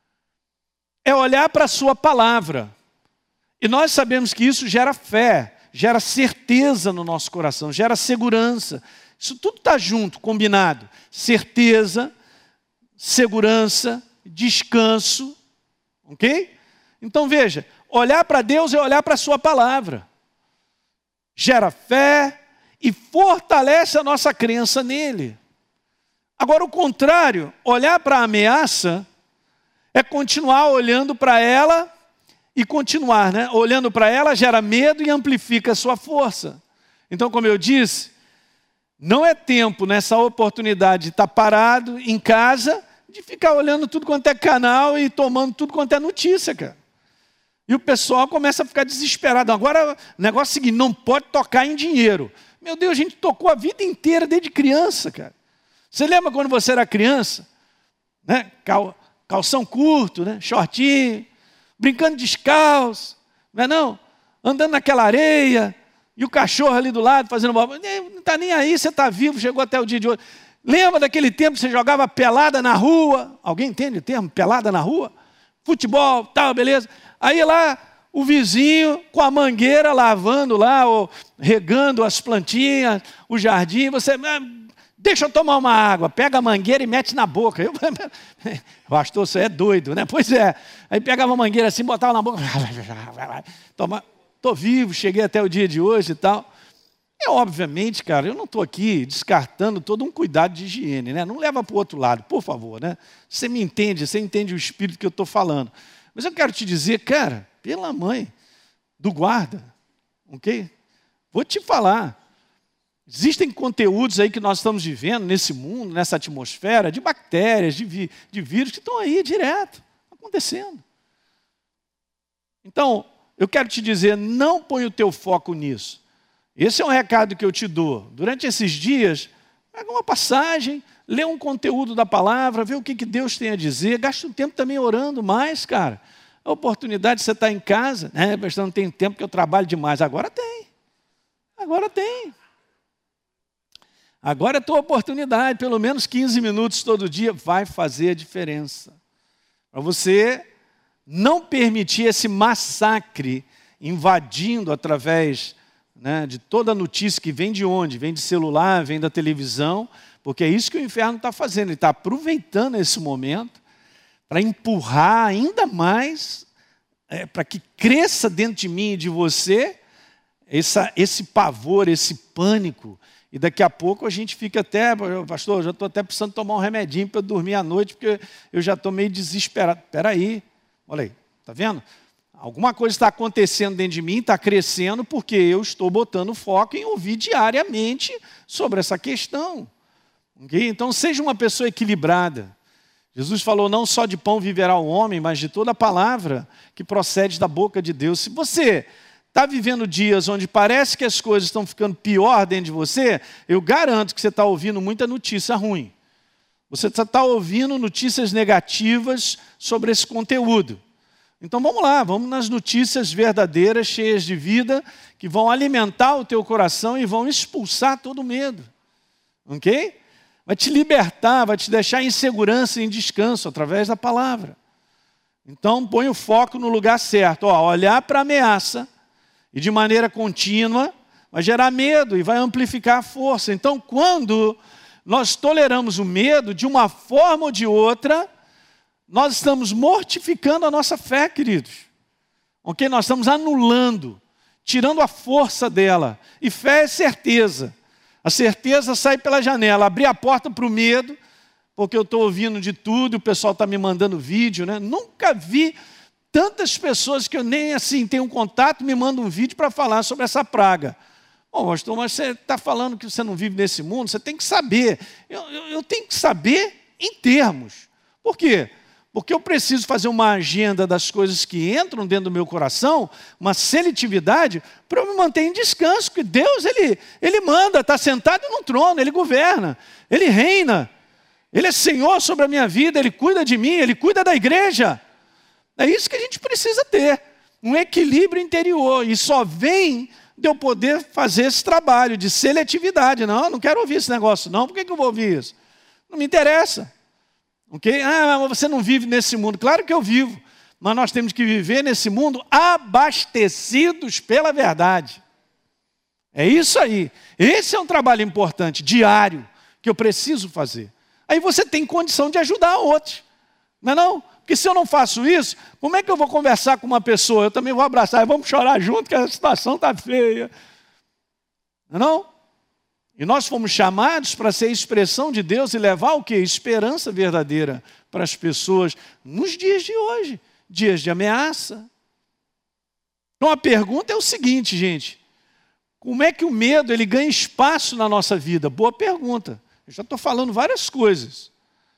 é olhar para a sua palavra. E nós sabemos que isso gera fé, gera certeza no nosso coração, gera segurança. Isso tudo está junto, combinado. Certeza, segurança, descanso. Ok? Então veja, olhar para Deus é olhar para a sua palavra. Gera fé e fortalece a nossa crença nele. Agora o contrário, olhar para a ameaça é continuar olhando para ela e continuar, né? Olhando para ela gera medo e amplifica a sua força. Então, como eu disse, não é tempo nessa oportunidade de estar parado em casa, de ficar olhando tudo quanto é canal e tomando tudo quanto é notícia, cara. E o pessoal começa a ficar desesperado. Agora, o negócio é o seguinte, não pode tocar em dinheiro. Meu Deus, a gente tocou a vida inteira desde criança, cara. Você lembra quando você era criança? Né? Calção curto, né? Shortinho, brincando descalço, não é não? Andando naquela areia, e o cachorro ali do lado fazendo boba. Não está nem aí, você está vivo, chegou até o dia de hoje. Lembra daquele tempo que você jogava pelada na rua? Alguém entende o termo? Pelada na rua? Futebol, tal, beleza. Aí lá, o vizinho com a mangueira lavando lá, ou regando as plantinhas, o jardim, você... Deixa eu tomar uma água, pega a mangueira e mete na boca. Pastor, você é doido, né? Pois é. Aí pegava a mangueira assim, botava na boca. Estou vivo, cheguei até o dia de hoje e tal. E obviamente, cara, eu não estou aqui descartando todo um cuidado de higiene, né? Não leva para o outro lado, por favor, né? Você me entende, você entende o espírito que eu estou falando. Mas eu quero te dizer, cara, pela mãe do guarda, ok? Vou te falar. Existem conteúdos aí que nós estamos vivendo nesse mundo, nessa atmosfera, de bactérias, de vírus, que estão aí direto, acontecendo. Então, eu quero te dizer, não põe o teu foco nisso. Esse é um recado que eu te dou. Durante esses dias, pega uma passagem, lê um conteúdo da palavra, vê o que Deus tem a dizer, gasta um tempo também orando mais, cara. A oportunidade de você estar em casa, né? Mas não tem tempo que eu trabalho demais. Agora tem. Agora tem. Agora é a tua oportunidade, pelo menos 15 minutos todo dia, vai fazer a diferença. Para você não permitir esse massacre invadindo através, né, de toda a notícia que vem de onde? Vem de celular, vem da televisão, porque é isso que o inferno está fazendo. Ele está aproveitando esse momento para empurrar ainda mais, para que cresça dentro de mim e de você esse pavor, esse pânico. E daqui a pouco a gente fica até, pastor, eu já estou até precisando tomar um remedinho para eu dormir à noite, porque eu já estou meio desesperado. Espera aí, olha aí, está vendo? Alguma coisa está acontecendo dentro de mim, está crescendo, porque eu estou botando foco em ouvir diariamente sobre essa questão. Okay? Então seja uma pessoa equilibrada. Jesus falou, não só de pão viverá o homem, mas de toda a palavra que procede da boca de Deus. Se você está vivendo dias onde parece que as coisas estão ficando pior dentro de você, eu garanto que você está ouvindo muita notícia ruim. Você está ouvindo notícias negativas sobre esse conteúdo. Então vamos lá, vamos nas notícias verdadeiras, cheias de vida, que vão alimentar o teu coração e vão expulsar todo o medo. Ok? Vai te libertar, vai te deixar em segurança e em descanso através da palavra. Então põe o foco no lugar certo. Olhar para a ameaça e de maneira contínua vai gerar medo e vai amplificar a força. Então quando nós toleramos o medo de uma forma ou de outra, nós estamos mortificando a nossa fé, queridos. Ok? Nós estamos anulando, tirando a força dela. E fé é certeza. A certeza sai pela janela, abrir a porta para o medo, porque eu estou ouvindo de tudo, o pessoal está me mandando vídeo, né? Nunca vi tantas pessoas que eu nem assim tenho contato, me mandam um vídeo para falar sobre essa praga. Bom, pastor, mas você está falando que você não vive nesse mundo, você tem que saber. Eu tenho que saber em termos. Por quê? Porque eu preciso fazer uma agenda das coisas que entram dentro do meu coração, uma seletividade, para eu me manter em descanso, porque Deus, Ele manda, está sentado no trono, Ele governa, Ele reina, Ele é Senhor sobre a minha vida, Ele cuida de mim, Ele cuida da igreja. É isso que a gente precisa ter, um equilíbrio interior, e só vem de eu poder fazer esse trabalho de seletividade. Não, não quero ouvir esse negócio não, por que eu vou ouvir isso? Não me interessa. Okay? Mas você não vive nesse mundo. Claro que eu vivo, mas nós temos que viver nesse mundo abastecidos pela verdade. É isso aí. Esse é um trabalho importante, diário, que eu preciso fazer. Aí você tem condição de ajudar outros. Não é não? Porque se eu não faço isso, como é que eu vou conversar com uma pessoa? Eu também vou abraçar, vamos chorar junto, que a situação está feia. Não é não? E nós fomos chamados para ser a expressão de Deus e levar o quê? Esperança verdadeira para as pessoas nos dias de hoje, dias de ameaça. Então a pergunta é o seguinte, gente. Como é que o medo ele ganha espaço na nossa vida? Boa pergunta. Eu já estou falando várias coisas.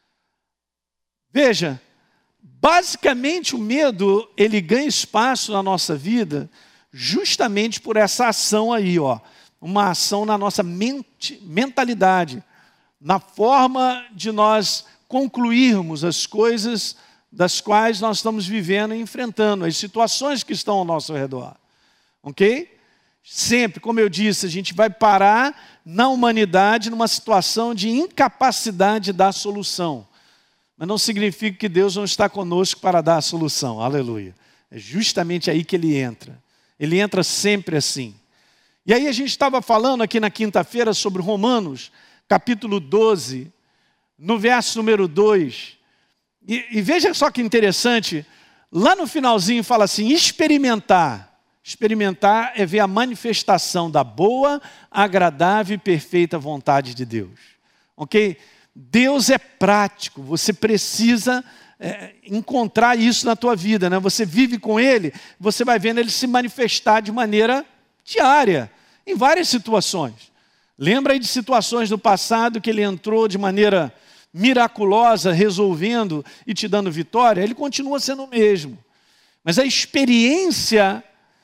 Veja, basicamente o medo ele ganha espaço na nossa vida justamente por essa ação aí, ó. Uma ação na nossa mentalidade, na forma de nós concluirmos as coisas das quais nós estamos vivendo e enfrentando, as situações que estão ao nosso redor. Ok? Sempre, como eu disse, a gente vai parar na humanidade numa situação de incapacidade de dar solução. Mas não significa que Deus não está conosco para dar a solução. Aleluia. É justamente aí que Ele entra. Ele entra sempre assim. E aí a gente estava falando aqui na quinta-feira sobre Romanos, capítulo 12, no verso número 2. E veja só que interessante, lá no finalzinho fala assim, experimentar. Experimentar é ver a manifestação da boa, agradável e perfeita vontade de Deus. Ok? Deus é prático, você precisa encontrar isso na tua vida, né? Você vive com Ele, você vai vendo Ele se manifestar de maneira diária, em várias situações. Lembra aí de situações do passado que Ele entrou de maneira miraculosa, resolvendo e te dando vitória? Ele continua sendo o mesmo. Mas a experiência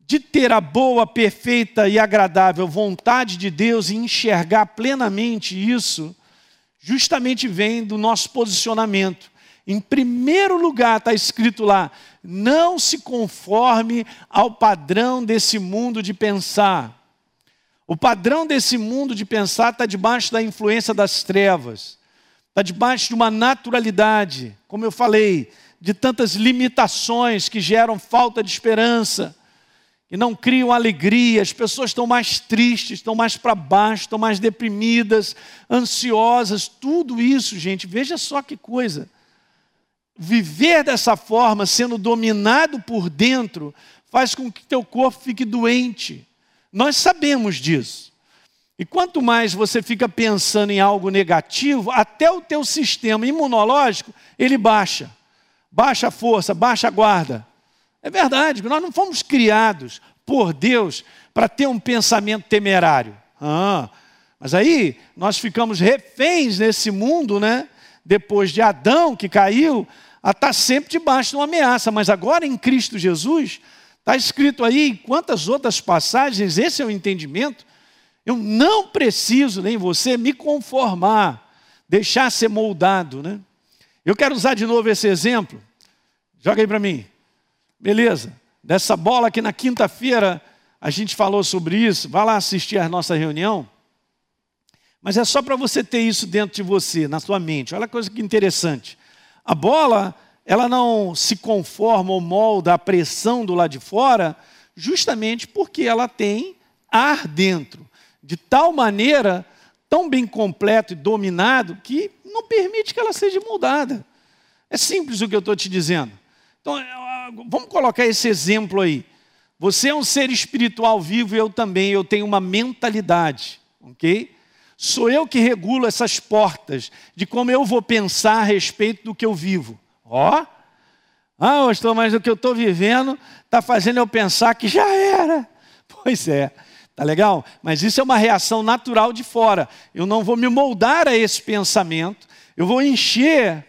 de ter a boa, perfeita e agradável vontade de Deus e enxergar plenamente isso, justamente vem do nosso posicionamento. Em primeiro lugar, está escrito lá, não se conforme ao padrão desse mundo de pensar. O padrão desse mundo de pensar está debaixo da influência das trevas, está debaixo de uma naturalidade, como eu falei, de tantas limitações que geram falta de esperança, que não criam alegria, as pessoas estão mais tristes, estão mais para baixo, estão mais deprimidas, ansiosas, tudo isso, gente, veja só que coisa. Viver dessa forma, sendo dominado por dentro, faz com que teu corpo fique doente. Nós sabemos disso. E quanto mais você fica pensando em algo negativo, até o teu sistema imunológico, ele baixa. Baixa a força, baixa a guarda. É verdade, nós não fomos criados por Deus para ter um pensamento temerário. Mas aí nós ficamos reféns nesse mundo, né? Depois de Adão que caiu, a estar sempre debaixo de uma ameaça. Mas agora em Cristo Jesus, está escrito aí em quantas outras passagens, esse é o entendimento, eu não preciso, nem você, me conformar, deixar ser moldado, né? Eu quero usar de novo esse exemplo. Joga aí para mim. Beleza. Dessa bola que na quinta-feira a gente falou sobre isso. Vai lá assistir a nossa reunião. Mas é só para você ter isso dentro de você, na sua mente. Olha que coisa que interessante. A bola, ela não se conforma ou molda a pressão do lado de fora, justamente porque ela tem ar dentro. De tal maneira, tão bem completo e dominado, que não permite que ela seja moldada. É simples o que eu estou te dizendo. Então, vamos colocar esse exemplo aí. Você é um ser espiritual vivo e eu também. Eu tenho uma mentalidade, ok? Sou eu que regulo essas portas de como eu vou pensar a respeito do que eu vivo. Pastor, mas o que eu estou vivendo está fazendo eu pensar que já era. Pois é. Tá legal? Mas isso é uma reação natural de fora. Eu não vou me moldar a esse pensamento. Eu vou encher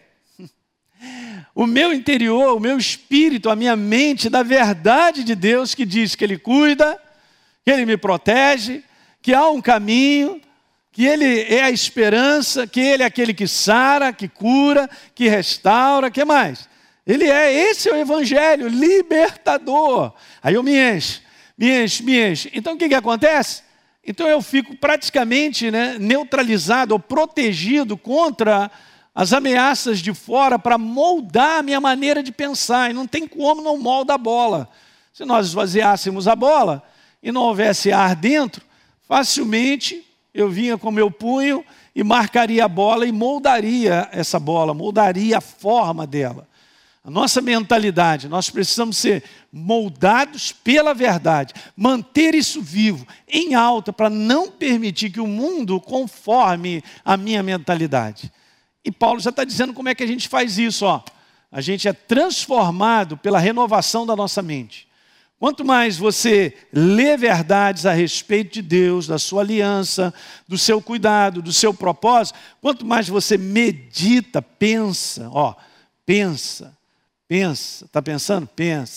o meu interior, o meu espírito, a minha mente da verdade de Deus que diz que Ele cuida, que Ele me protege, que há um caminho, que Ele é a esperança, que Ele é aquele que sara, que cura, que restaura, que mais? Esse é o Evangelho libertador. Aí eu me encho. Então o que acontece? Então eu fico praticamente, né, neutralizado ou protegido contra as ameaças de fora para moldar a minha maneira de pensar. E não tem como não molda a bola. Se nós esvaziássemos a bola e não houvesse ar dentro, facilmente eu vinha com meu punho e marcaria a bola e moldaria essa bola, moldaria a forma dela. A nossa mentalidade, nós precisamos ser moldados pela verdade, manter isso vivo, em alta, para não permitir que o mundo conforme a minha mentalidade. E Paulo já está dizendo como é que a gente faz isso. A gente é transformado pela renovação da nossa mente. Quanto mais você lê verdades a respeito de Deus, da sua aliança, do seu cuidado, do seu propósito, quanto mais você medita, pensa, está pensando?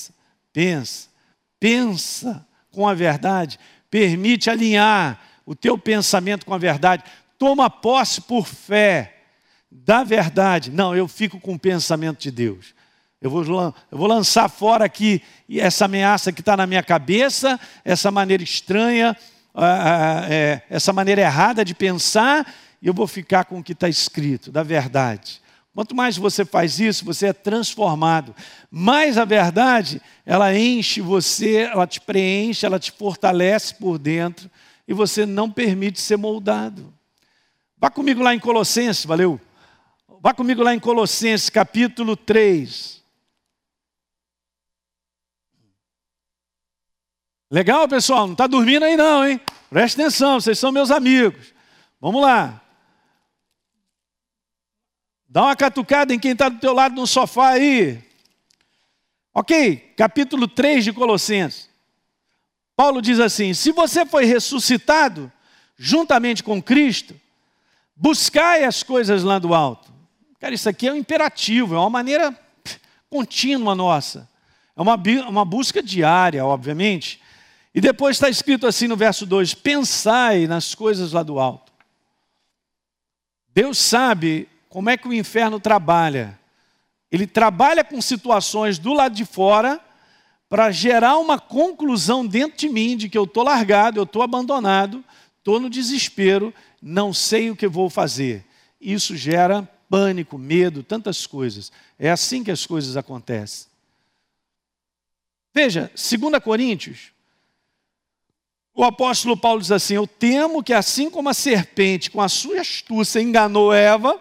Pensa com a verdade, permite alinhar o teu pensamento com a verdade, toma posse por fé da verdade. Não, eu fico com o pensamento de Deus. Eu vou lançar fora aqui essa ameaça que está na minha cabeça, essa maneira estranha, essa maneira errada de pensar, e eu vou ficar com o que está escrito, da verdade. Quanto mais você faz isso, você é transformado. Mais a verdade, ela enche você, ela te preenche, ela te fortalece por dentro, e você não permite ser moldado. Vá comigo lá em Colossenses, valeu? Vá comigo lá em Colossenses, capítulo 3. Legal, pessoal? Não está dormindo aí não, hein? Preste atenção, vocês são meus amigos. Vamos lá. Dá uma catucada em quem está do teu lado no sofá aí. Ok, capítulo 3 de Colossenses. Paulo diz assim: se você foi ressuscitado juntamente com Cristo, buscai as coisas lá do alto. Cara, isso aqui é um imperativo, é uma maneira contínua nossa. É uma busca diária, obviamente, E depois está escrito assim no verso 2, pensai nas coisas lá do alto. Deus sabe como é que o inferno trabalha. Ele trabalha com situações do lado de fora para gerar uma conclusão dentro de mim de que eu estou largado, eu estou abandonado, estou no desespero, não sei o que vou fazer. Isso gera pânico, medo, tantas coisas. É assim que as coisas acontecem. Veja, 2 Coríntios, o apóstolo Paulo diz assim, eu temo que assim como a serpente com a sua astúcia enganou Eva,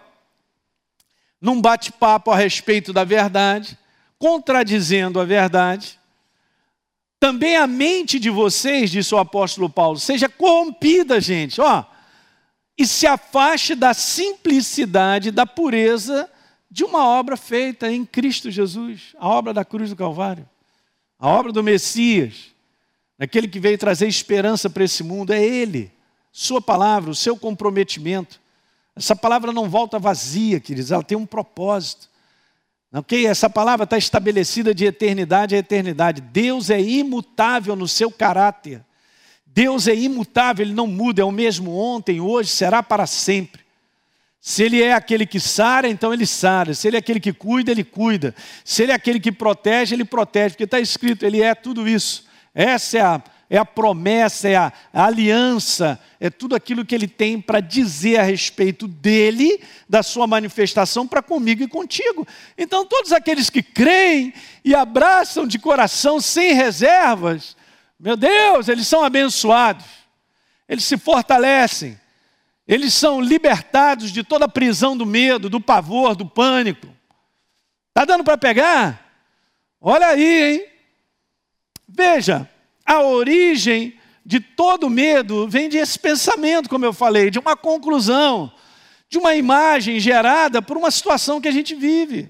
num bate-papo a respeito da verdade, contradizendo a verdade, também a mente de vocês, disse o apóstolo Paulo, seja corrompida, gente, e se afaste da simplicidade, da pureza de uma obra feita em Cristo Jesus, a obra da cruz do Calvário, a obra do Messias, aquele que veio trazer esperança para esse mundo, é Ele, sua palavra, o seu comprometimento. Essa palavra não volta vazia, queridos, ela tem um propósito. Ok? Essa palavra está estabelecida de eternidade a eternidade. Deus é imutável no seu caráter. Deus é imutável, Ele não muda, é o mesmo ontem, hoje, será para sempre. Se Ele é aquele que sara, então Ele sara. Se Ele é aquele que cuida, Ele cuida. Se Ele é aquele que protege, Ele protege. Porque está escrito, Ele é tudo isso. Essa é a promessa, é a aliança, é tudo aquilo que Ele tem para dizer a respeito dEle, da sua manifestação para comigo e contigo. Então todos aqueles que creem e abraçam de coração sem reservas, meu Deus, eles são abençoados, eles se fortalecem, eles são libertados de toda a prisão do medo, do pavor, do pânico. Está dando para pegar? Olha aí, hein? Veja, a origem de todo medo vem desse pensamento, como eu falei, de uma conclusão, de uma imagem gerada por uma situação que a gente vive.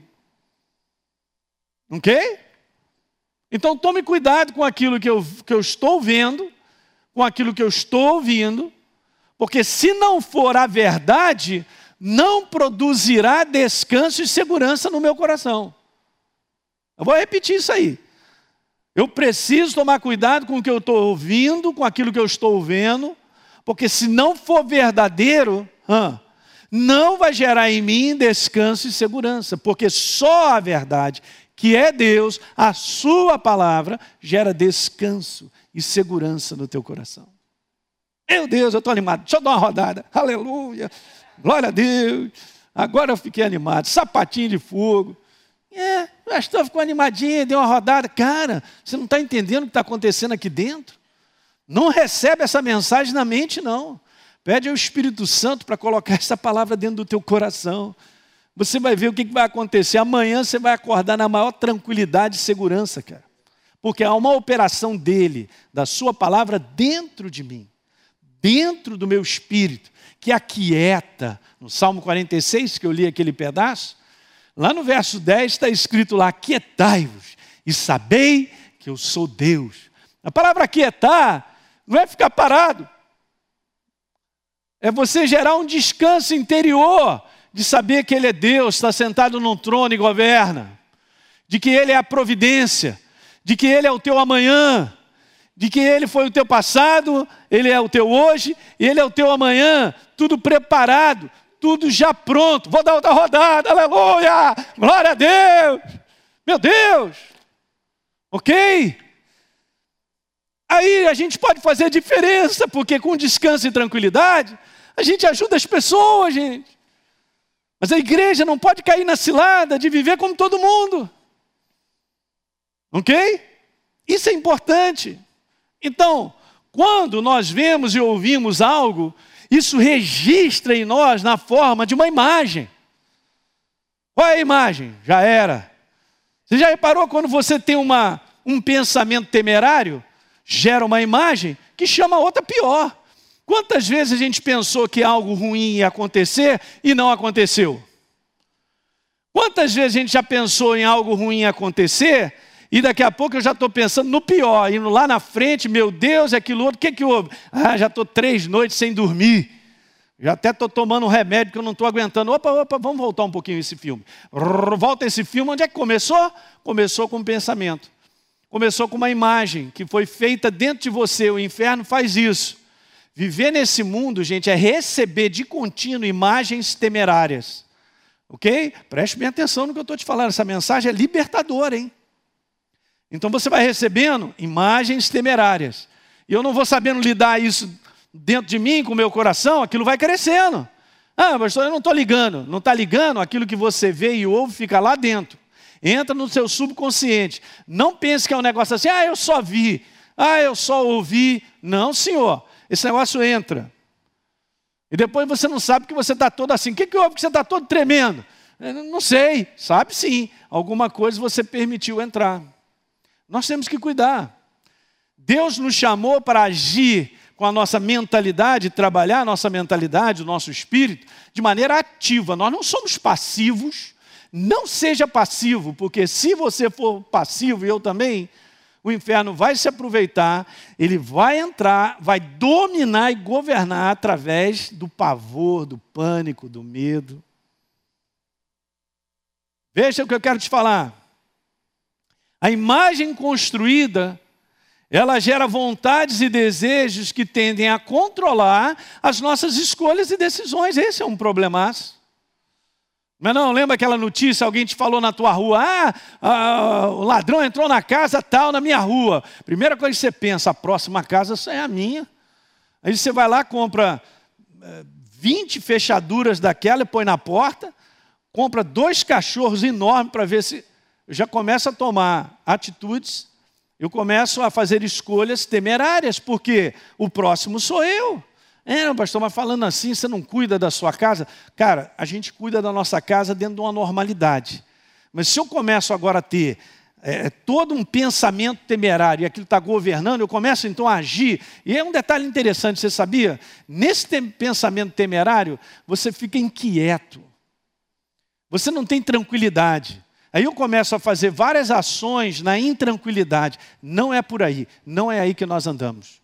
Ok? Então tome cuidado com aquilo que eu estou vendo, com aquilo que eu estou ouvindo, porque se não for a verdade, não produzirá descanso e segurança no meu coração. Eu vou repetir isso aí. Eu preciso tomar cuidado com o que eu estou ouvindo, com aquilo que eu estou vendo, porque se não for verdadeiro, não vai gerar em mim descanso e segurança, porque só a verdade, que é Deus, a sua palavra, gera descanso e segurança no teu coração. Meu Deus, eu estou animado, deixa eu dar uma rodada, aleluia, glória a Deus, agora eu fiquei animado, sapatinho de fogo. O pastor ficou animadinho, deu uma rodada. Cara, você não está entendendo o que está acontecendo aqui dentro? Não recebe essa mensagem na mente, não. Pede ao Espírito Santo para colocar essa palavra dentro do teu coração. Você vai ver o que vai acontecer. Amanhã você vai acordar na maior tranquilidade e segurança, cara. Porque há uma operação dele, da sua palavra, dentro de mim. Dentro do meu espírito, que aquieta. No Salmo 46, que eu li aquele pedaço, lá no verso 10 está escrito lá, aquietai-vos e sabei que eu sou Deus. A palavra aquietar não é ficar parado. É você gerar um descanso interior de saber que Ele é Deus, está sentado num trono e governa. De que Ele é a providência, de que Ele é o teu amanhã, de que Ele foi o teu passado, Ele é o teu hoje e Ele é o teu amanhã, tudo preparado. Tudo já pronto, vou dar outra rodada, aleluia, glória a Deus, meu Deus, ok? Aí a gente pode fazer diferença, porque com descanso e tranquilidade, a gente ajuda as pessoas, gente. Mas a igreja não pode cair na cilada de viver como todo mundo, ok? Isso é importante. Então, quando nós vemos e ouvimos algo, isso registra em nós na forma de uma imagem. Qual é a imagem? Já era. Você já reparou quando você tem um pensamento temerário, gera uma imagem que chama a outra pior. Quantas vezes a gente pensou que algo ruim ia acontecer e não aconteceu? Quantas vezes a gente já pensou em algo ruim acontecer e daqui a pouco eu já estou pensando no pior, indo lá na frente, meu Deus, aquilo outro, o que houve? Já estou 3 noites sem dormir, já até estou tomando um remédio que eu não estou aguentando. Opa, vamos voltar um pouquinho esse filme. Volta esse filme, onde é que começou? Começou com um pensamento. Começou com uma imagem que foi feita dentro de você. O inferno faz isso. Viver nesse mundo, gente, é receber de contínuo imagens temerárias. Ok? Preste bem atenção no que eu estou te falando. Essa mensagem é libertadora, hein? Então você vai recebendo imagens temerárias. E eu não vou sabendo lidar isso dentro de mim, com o meu coração, aquilo vai crescendo. Ah, pastor, eu não estou ligando. Não está ligando, aquilo que você vê e ouve fica lá dentro. Entra no seu subconsciente. Não pense que é um negócio assim, eu só vi, eu só ouvi. Não, senhor, esse negócio entra. E depois você não sabe que você está todo assim. O que houve que você está todo tremendo? Não sei, sabe sim. Alguma coisa você permitiu entrar. Nós temos que cuidar. Deus nos chamou para agir com a nossa mentalidade, trabalhar a nossa mentalidade, o nosso espírito, de maneira ativa. Nós não somos passivos. Não seja passivo, porque se você for passivo, e eu também, o inferno vai se aproveitar, ele vai entrar, vai dominar e governar através do pavor, do pânico, do medo. Veja o que eu quero te falar. A imagem construída, ela gera vontades e desejos que tendem a controlar as nossas escolhas e decisões. Esse é um problemaço. Mas não, lembra aquela notícia, alguém te falou na tua rua, o ladrão entrou na casa tal, na minha rua. Primeira coisa que você pensa, a próxima casa é a minha. Aí você vai lá, compra 20 fechaduras daquela e põe na porta, compra 2 cachorros enormes para ver se... Eu já começo a tomar atitudes, eu começo a fazer escolhas temerárias, porque o próximo sou eu. Não, pastor, mas falando assim, você não cuida da sua casa? Cara, a gente cuida da nossa casa dentro de uma normalidade. Mas se eu começo agora a ter todo um pensamento temerário e aquilo está governando, eu começo então a agir. E é um detalhe interessante, você sabia? Nesse pensamento temerário, você fica inquieto. Você não tem tranquilidade. Aí eu começo a fazer várias ações na intranquilidade. Não é por aí. Não é aí que nós andamos.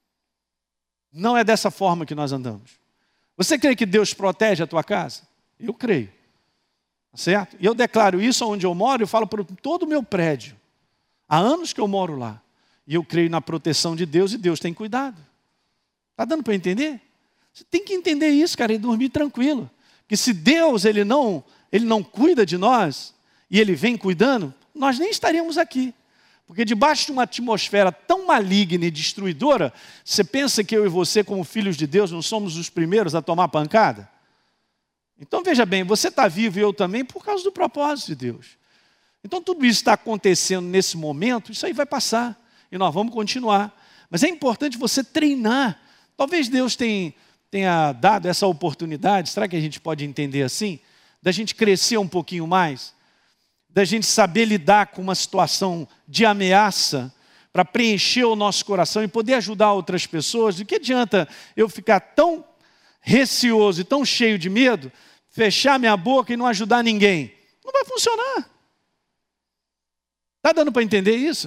Não é dessa forma que nós andamos. Você crê que Deus protege a tua casa? Eu creio. Certo? E eu declaro isso onde eu moro, eu falo para todo o meu prédio. Há anos que eu moro lá. E eu creio na proteção de Deus e Deus tem cuidado. Está dando para entender? Você tem que entender isso, cara, e dormir tranquilo. Porque se Deus ele não cuida de nós, e Ele vem cuidando, nós nem estaríamos aqui. Porque debaixo de uma atmosfera tão maligna e destruidora, você pensa que eu e você, como filhos de Deus, não somos os primeiros a tomar pancada? Então veja bem, você está vivo e eu também por causa do propósito de Deus. Então tudo isso está acontecendo nesse momento, isso aí vai passar. E nós vamos continuar. Mas é importante você treinar. Talvez Deus tenha dado essa oportunidade, será que a gente pode entender assim? Da gente crescer um pouquinho mais? Da gente saber lidar com uma situação de ameaça para preencher o nosso coração e poder ajudar outras pessoas. De que adianta eu ficar tão receoso e tão cheio de medo, fechar minha boca e não ajudar ninguém? Não vai funcionar. Está dando para entender isso?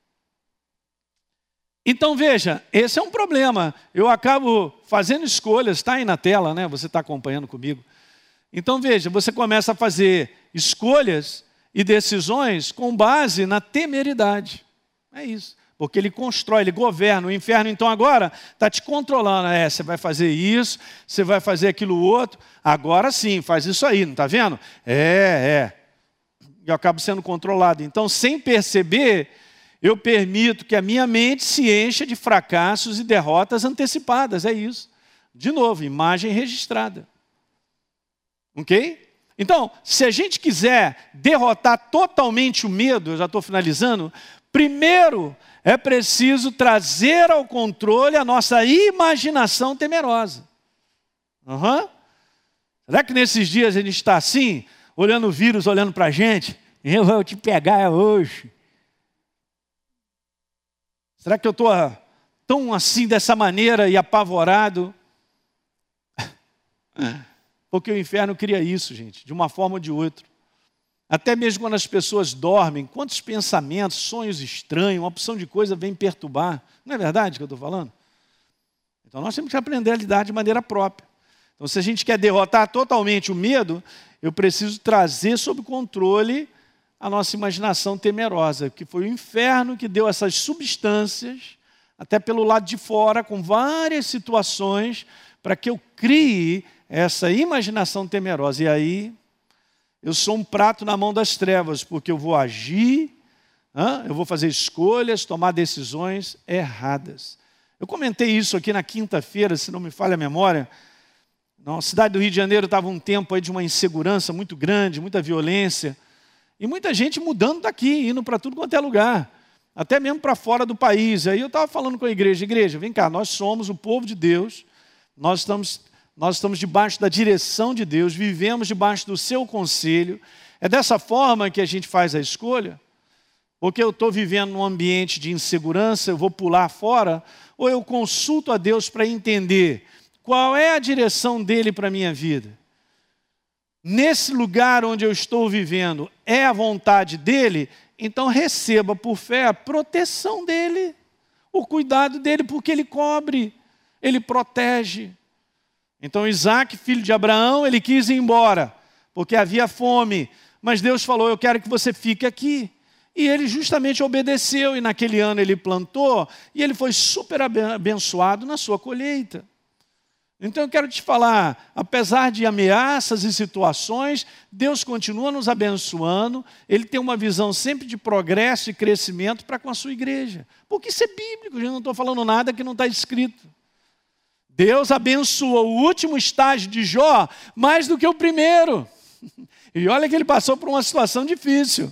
Então veja, esse é um problema. Eu acabo fazendo escolhas, está aí na tela, né? Você está acompanhando comigo. Então veja, você começa a fazer escolhas e decisões com base na temeridade. É isso. Porque ele constrói, ele governa. O inferno, então, agora está te controlando. Você vai fazer isso, você vai fazer aquilo outro. Agora sim, faz isso aí, não está vendo? E eu acabo sendo controlado. Então, sem perceber, eu permito que a minha mente se encha de fracassos e derrotas antecipadas. É isso. De novo, imagem registrada. Ok? Então, se a gente quiser derrotar totalmente o medo, eu já estou finalizando, primeiro é preciso trazer ao controle a nossa imaginação temerosa. Será que nesses dias a gente está assim, olhando o vírus, olhando para a gente? Eu vou te pegar hoje. Será que eu estou tão assim, dessa maneira e apavorado? Porque o inferno cria isso, gente, de uma forma ou de outra. Até mesmo quando as pessoas dormem, quantos pensamentos, sonhos estranhos, uma opção de coisa vem perturbar. Não é verdade que eu estou falando? Então nós temos que aprender a lidar de maneira própria. Então se a gente quer derrotar totalmente o medo, eu preciso trazer sob controle a nossa imaginação temerosa, que foi o inferno que deu essas substâncias, até pelo lado de fora, com várias situações, para que eu crie essa imaginação temerosa. E aí, eu sou um prato na mão das trevas, porque eu vou agir, eu vou fazer escolhas, tomar decisões erradas. Eu comentei isso aqui na quinta-feira, se não me falha a memória. Na cidade do Rio de Janeiro estava um tempo aí de uma insegurança muito grande, muita violência, e muita gente mudando daqui, indo para tudo quanto é lugar, até mesmo para fora do país. Aí eu estava falando com a igreja, vem cá, nós somos o povo de Deus, nós estamos debaixo da direção de Deus, vivemos debaixo do seu conselho. É dessa forma que a gente faz a escolha? Porque eu estou vivendo num ambiente de insegurança, eu vou pular fora, ou eu consulto a Deus para entender qual é a direção dele para a minha vida? Nesse lugar onde eu estou vivendo, é a vontade dele? Então receba por fé a proteção dele, o cuidado dele, porque ele cobre, ele protege. Então Isaac, filho de Abraão, ele quis ir embora, porque havia fome, mas Deus falou, eu quero que você fique aqui. E ele justamente obedeceu, e naquele ano ele plantou, e ele foi super abençoado na sua colheita. Então eu quero te falar, apesar de ameaças e situações, Deus continua nos abençoando, Ele tem uma visão sempre de progresso e crescimento para com a sua igreja. Porque isso é bíblico, eu não estou falando nada que não está escrito. Deus abençoa o último estágio de Jó mais do que o primeiro. E olha que ele passou por uma situação difícil.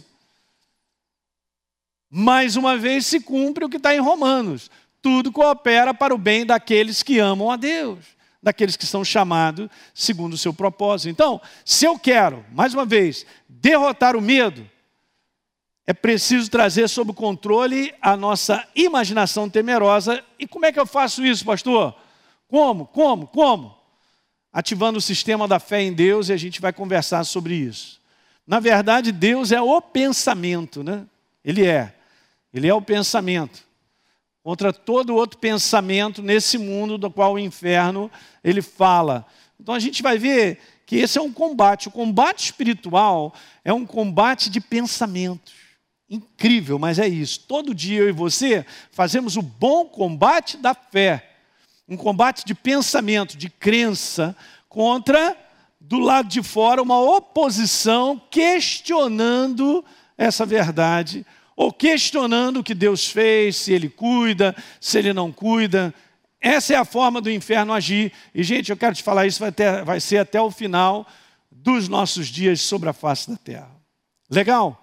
Mais uma vez se cumpre o que está em Romanos. Tudo coopera para o bem daqueles que amam a Deus, daqueles que são chamados segundo o seu propósito. Então, se eu quero, mais uma vez, derrotar o medo, é preciso trazer sob controle a nossa imaginação temerosa. E como é que eu faço isso, pastor? Como? Ativando o sistema da fé em Deus, e a gente vai conversar sobre isso. Na verdade, Deus é o pensamento, né? Ele é o pensamento. Contra todo outro pensamento nesse mundo do qual o inferno, ele fala. Então a gente vai ver que esse é um combate. O combate espiritual é um combate de pensamentos. Incrível, mas é isso. Todo dia eu e você fazemos o bom combate da fé. Um combate de pensamento, de crença, contra, do lado de fora, uma oposição questionando essa verdade, ou questionando o que Deus fez, se Ele cuida, se Ele não cuida. Essa é a forma do inferno agir. E, gente, eu quero te falar, isso vai ser até o final dos nossos dias sobre a face da terra. Legal?